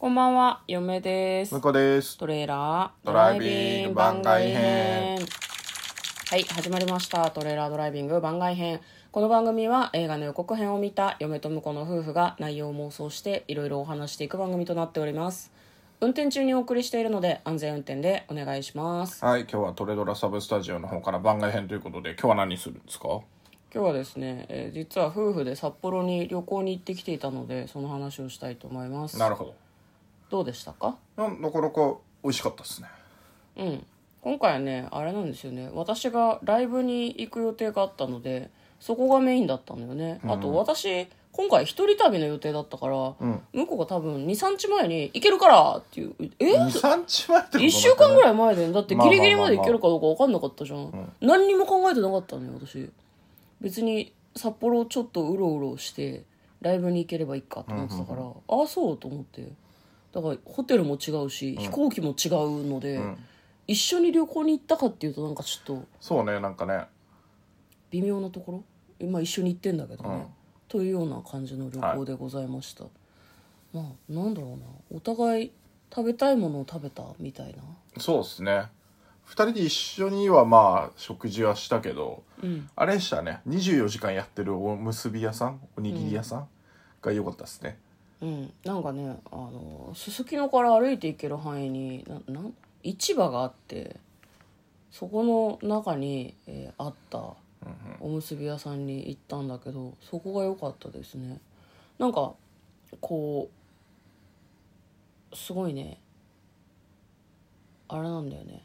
こんばんは、嫁です。 向こうです。 トレーラードドライビング番外編。 はい、始まりました。トレーラードライビング番外編。この番組は映画の予告編を見た嫁と婿の夫婦が内容を妄想していろいろお話していく番組となっております。運転中にお送りしているので安全運転でお願いします。 はい、今日はトレドラサブスタジオの方から番外編ということで、今日は何するんですか？ 今日はですね、実は夫婦で札幌に旅行に行ってきていたので、その話をしたいと思います。 なるほど。 どうでしたか？ なかなか美味しかったですね。 うん、今回はねあれなんですよね。私がライブに行く予定があったので、そこがメインだったんだよね。あと私今回一人旅の予定だったから、向こうが多分 2,3 日前に行けるからっていう 2、3日前ってこと 1週間ぐらい前で、だってギリギリまでまあ行けるかどうか分かんなかったじゃん、何にも考えてなかったのよ私。別に札幌をちょっとうろうろしてライブに行ければいいかと思ってたから、ああそうと思って。だからホテルも違うし、飛行機も違うので、一緒に旅行に行ったかっていうとなんかちょっとそうね、なんかね微妙なところ。今一緒に行ってんだけどね、というような感じの旅行でございました。まあなんだろうな、お互い食べたいものを食べたみたいな。 そうですね。2人で一緒にはまあ食事はしたけど、あれでしたね、24時間やってるおむすび屋さん、おにぎり屋さんが良かったですね。 なんかね、すすきのから歩いて行ける範囲に市場があって、そこの中に、あったおむすび屋さんに行ったんだけど、そこが良かったですね。なんかこうすごいね、あれなんだよね、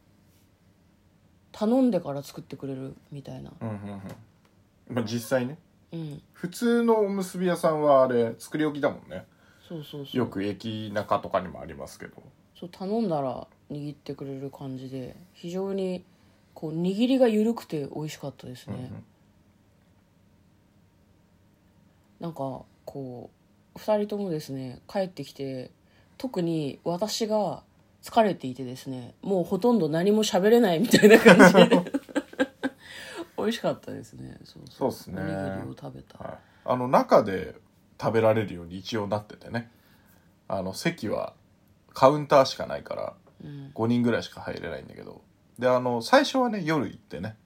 頼んでから作ってくれるみたいな。 まあ実際ね、普通のおむすび屋さんはあれ作り置きだもんね。 そうそうそう、 よく駅中とかにもありますけど、 そう頼んだら握ってくれる感じで、非常にこう握りが緩くて美味しかったですね。なんかこう2人ともですね帰ってきて、特に私が疲れていてですね、もうほとんど何も喋れないみたいな感じで美味しかったですね。 そうですね。 おにぎりを食べた、 はい、中で食べられるように一応なっててね、席はカウンターしかないから、5人ぐらいしか入れないんだけど、で最初はね夜行ってね、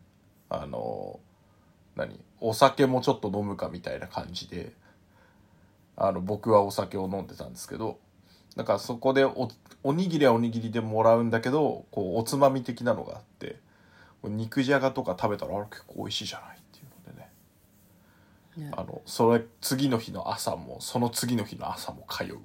お酒もちょっと飲むかみたいな感じで、僕はお酒を飲んでたんですけど、だからそこでおにぎりはおにぎりでもらうんだけど、こうおつまみ的なのがあって、肉じゃがとか食べたら結構美味しいじゃないっていうのでね、それ次の日の朝もその次の日の朝も通うっていう。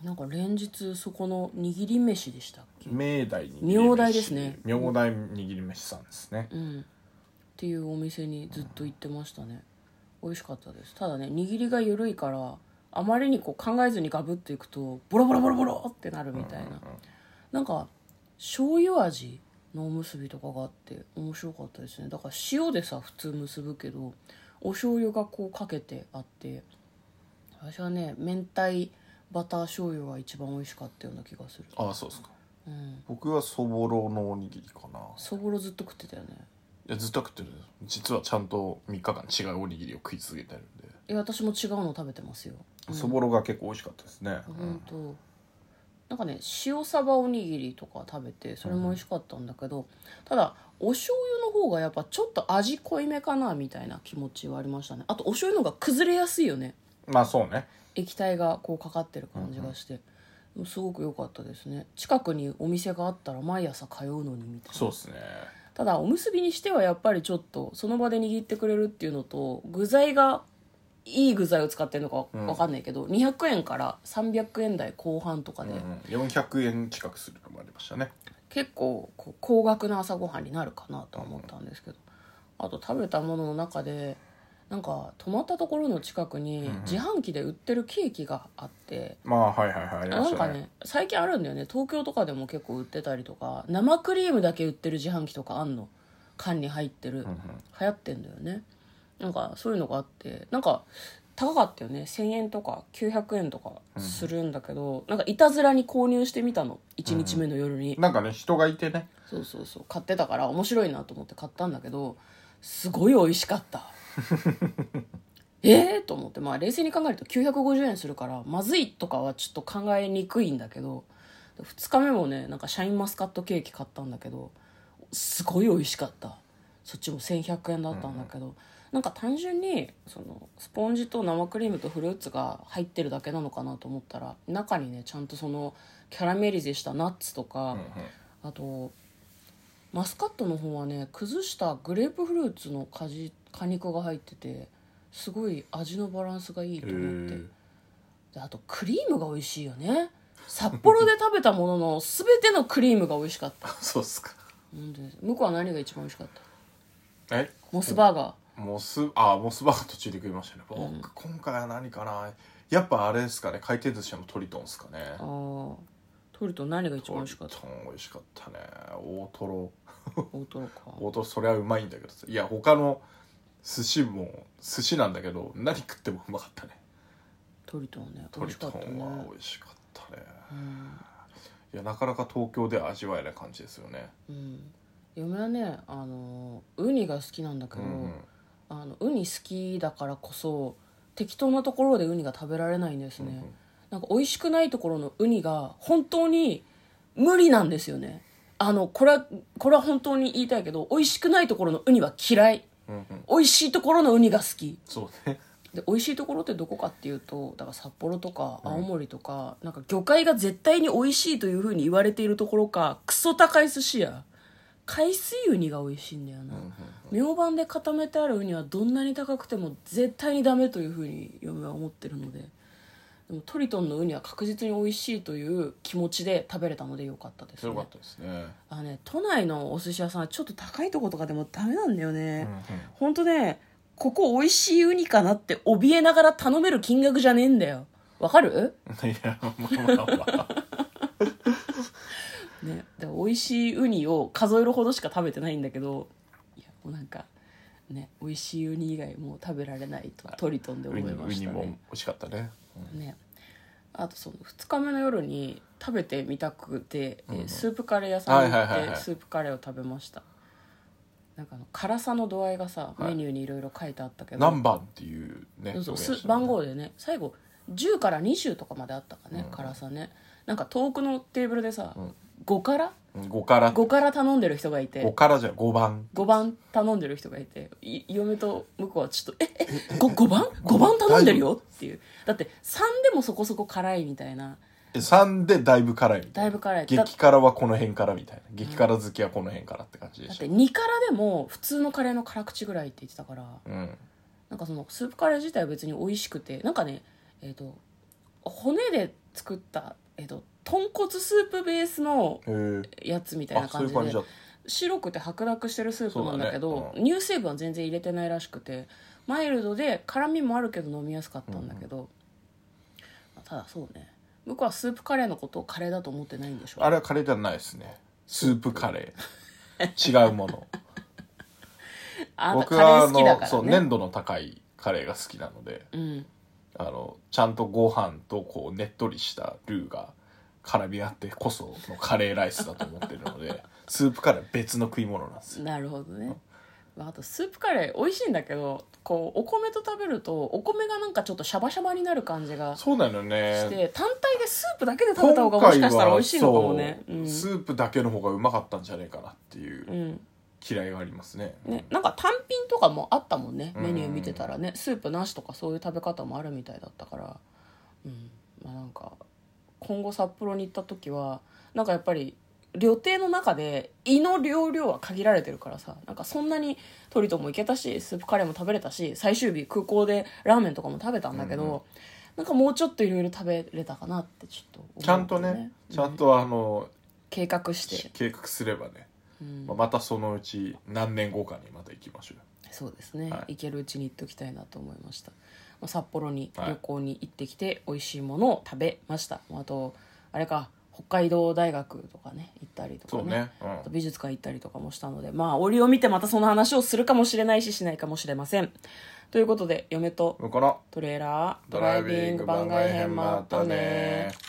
なんか連日そこの握り飯でしたっけ？ 明大に明大ですね。 明大握り飯さんですね、 っていうお店にずっと行ってましたね。美味しかったです。ただね、握りが緩いからあまりにこう考えずにガブッといくとボロボロボロボロってなるみたいな、なんか醤油味のおむすびとかがあって面白かったですね。だから塩でさ普通結ぶけど、お醤油がこうかけてあって、私はね明太バター醤油が一番美味しかったような気がする。 ああそうですか、僕はそぼろのおにぎりかな。 そぼろずっと食ってたよね。 いやずっと食ってる。実はちゃんと3日間違うおにぎりを食い続けてるんで。 いや私も違うの食べてますよ。 そぼろが結構美味しかったですね。 本当、なんかね塩サバおにぎりとか食べて、それも美味しかったんだけど、ただお醤油の方がやっぱちょっと味濃いめかなみたいな気持ちはありましたね。あとお醤油の方が崩れやすいよね。 まあそうね、 液体がこうかかってる感じがして、すごく良かったですね。近くにお店があったら毎朝通うのにみたいな。 そうですね。 ただおむすびにしてはやっぱりちょっとその場で握ってくれるっていうのと、具材がいい具材を使ってるのか分かんないけど、200円から300円台後半とかで、 400円近くするのもありましたね。 結構こう高額な朝ごはんになるかなとは思ったんですけど、あと食べたものの中でなんか泊まったところの近くに自販機で売ってるケーキがあって、 まあはいはいはい、ありましたね。 なんかね最近あるんだよね、東京とかでも結構売ってたりとか、生クリームだけ売ってる自販機とかあんの、缶に入ってる、流行ってんだよね。なんかそういうのがあって、なんか高かったよね。1000円とか900円とかするんだけど、なんかいたずらに購入してみたの、1日目の夜に、 なんかね人がいてね、 そう買ってたから面白いなと思って買ったんだけど、すごい美味しかったと思って、まあ冷静に考えると950円するからまずいとかはちょっと考えにくいんだけど、2日目もねなんかシャインマスカットケーキ買ったんだけどすごい美味しかった。そっちも1100円だったんだけど、なんか単純にそのスポンジと生クリームとフルーツが入ってるだけなのかなと思ったら、中にねちゃんとそのキャラメリゼしたナッツとか、あとマスカットの方はね崩したグレープフルーツの果肉が入っててすごい味のバランスがいいと思って、であとクリームが美味しいよね。札幌で食べたものの全てのクリームが美味しかったそうっすか。 向こうは何が一番美味しかった？ えモスバーガー。 モスバーガー途中で食いましたね。僕、今回は何かな、やっぱあれですかね、回転寿司のトリトンですかね。 ああ、トリトン何が一番美味しかった？ トリトン美味しかったね。大トロ大トロか。 大トロそれはうまいんだけど、いや他の寿司も寿司なんだけど何食ってもうまかったね。 トリトンね、美トリト味しかったね。 ンは美味しかったね。いやなかなか東京では味わえない感じですよね。 嫁はねウニが好きなんだけど、ウニ好きだからこそ適当なところでウニが食べられないんですね。なんか美味しくないところのウニが本当に無理なんですよね。これは本当に言いたいけど、美味しくないところのウニは嫌い、美味しいところのウニが好き。 そうね。 で美味しいところってどこかっていうと、だから札幌とか青森とか、なんか魚介が絶対に美味しいという風に言われているところか、クソ高い寿司屋、海水ウニが美味しいんだよな。明晩で固めてあるウニはどんなに高くても絶対にダメという風に嫁は思ってるので、でもトリトンのウニは確実に美味しいという気持ちで食べれたのでよかったですね。 よかったですね。 都内のお寿司屋さんはちょっと高いとことかでもダメなんだよね。ほんとね、ここ美味しいウニかなって怯えながら頼める金額じゃねえんだよ。わかる？ いやまあね、で美味しいウニを数えるほどしか食べてないんだけど、いやもうなんかね、美味しいウニ以外もう食べられないとトリトンで思いましたね。 ウニも美味しかったね。 ね、あとその2日目の夜に食べてみたくて、スープカレー屋さんに行ってスープカレーを食べました。なんか辛さの度合いがさ、メニューにいろいろ書いてあったけど、 何番っていうね、 番号でね、最後10から20とかまであったかね、辛さね。なんか遠くのテーブルでさ、5から頼んでる人がいて、 5からじゃ5 番頼んでる人がいて、嫁と向こうはちょっと5番頼んでるよっていう。だって3でもそこそこ辛いみたいな、 3でだいぶ辛いみたいな、 だいぶ辛い、 激辛はこの辺からみたいな、激辛好きはこの辺からって感じでした。 だって2辛でも普通のカレーの辛口ぐらいって言ってたから、なんかそのスープカレー自体は別に美味しくて、なんかね骨で作った豚骨スープベースのやつみたいな感じで、白くて白濁してるスープなんだけど、乳成分は全然入れてないらしくて、マイルドで辛みもあるけど飲みやすかったんだけど、ただそうね、向こうはスープカレーのことをカレーだと思ってないんでしょ。 あれはカレーじゃないですね、スープカレー違うもの僕はそう粘度の高いカレーが好きなので、ちゃんとご飯とこうねっとりしたルーが絡み合ってこそのカレーライスだと思ってるのでスープカレーは別の食い物なんですよ。 なるほどね。あとスープカレー美味しいんだけど、こうお米と食べるとお米がなんかちょっとシャバシャバになる感じがそうなのねして、単体でスープだけで食べた方がもしかしたら美味しいのかもね。 スープだけの方がうまかったんじゃないかなっていう嫌いがありますね。 なんか単品とかもあったもんね、メニュー見てたらね、スープなしとかそういう食べ方もあるみたいだったから、まあなんか今後札幌に行った時はなんかやっぱり旅程の中で胃の容量は限られてるからさ、なんかそんなにトリトンも行けたしスープカレーも食べれたし、最終日空港でラーメンとかも食べたんだけど、なんかもうちょっといろいろ食べれたかなってちょっと思う、ね、 ちゃんとね、ちゃんと計画すればね、またそのうち何年後かにまた行きましょう。 そうですね、行けるうちに行っておきたいなと思いました。札幌に旅行に行ってきて美味しいものを食べました。あとあれか、北海道大学とかね行ったりとかね、あと美術館行ったりとかもしたので、まあ折を見てまたその話をするかもしれないししないかもしれません。ということで、嫁とトレーラードライビング番外編もあったね。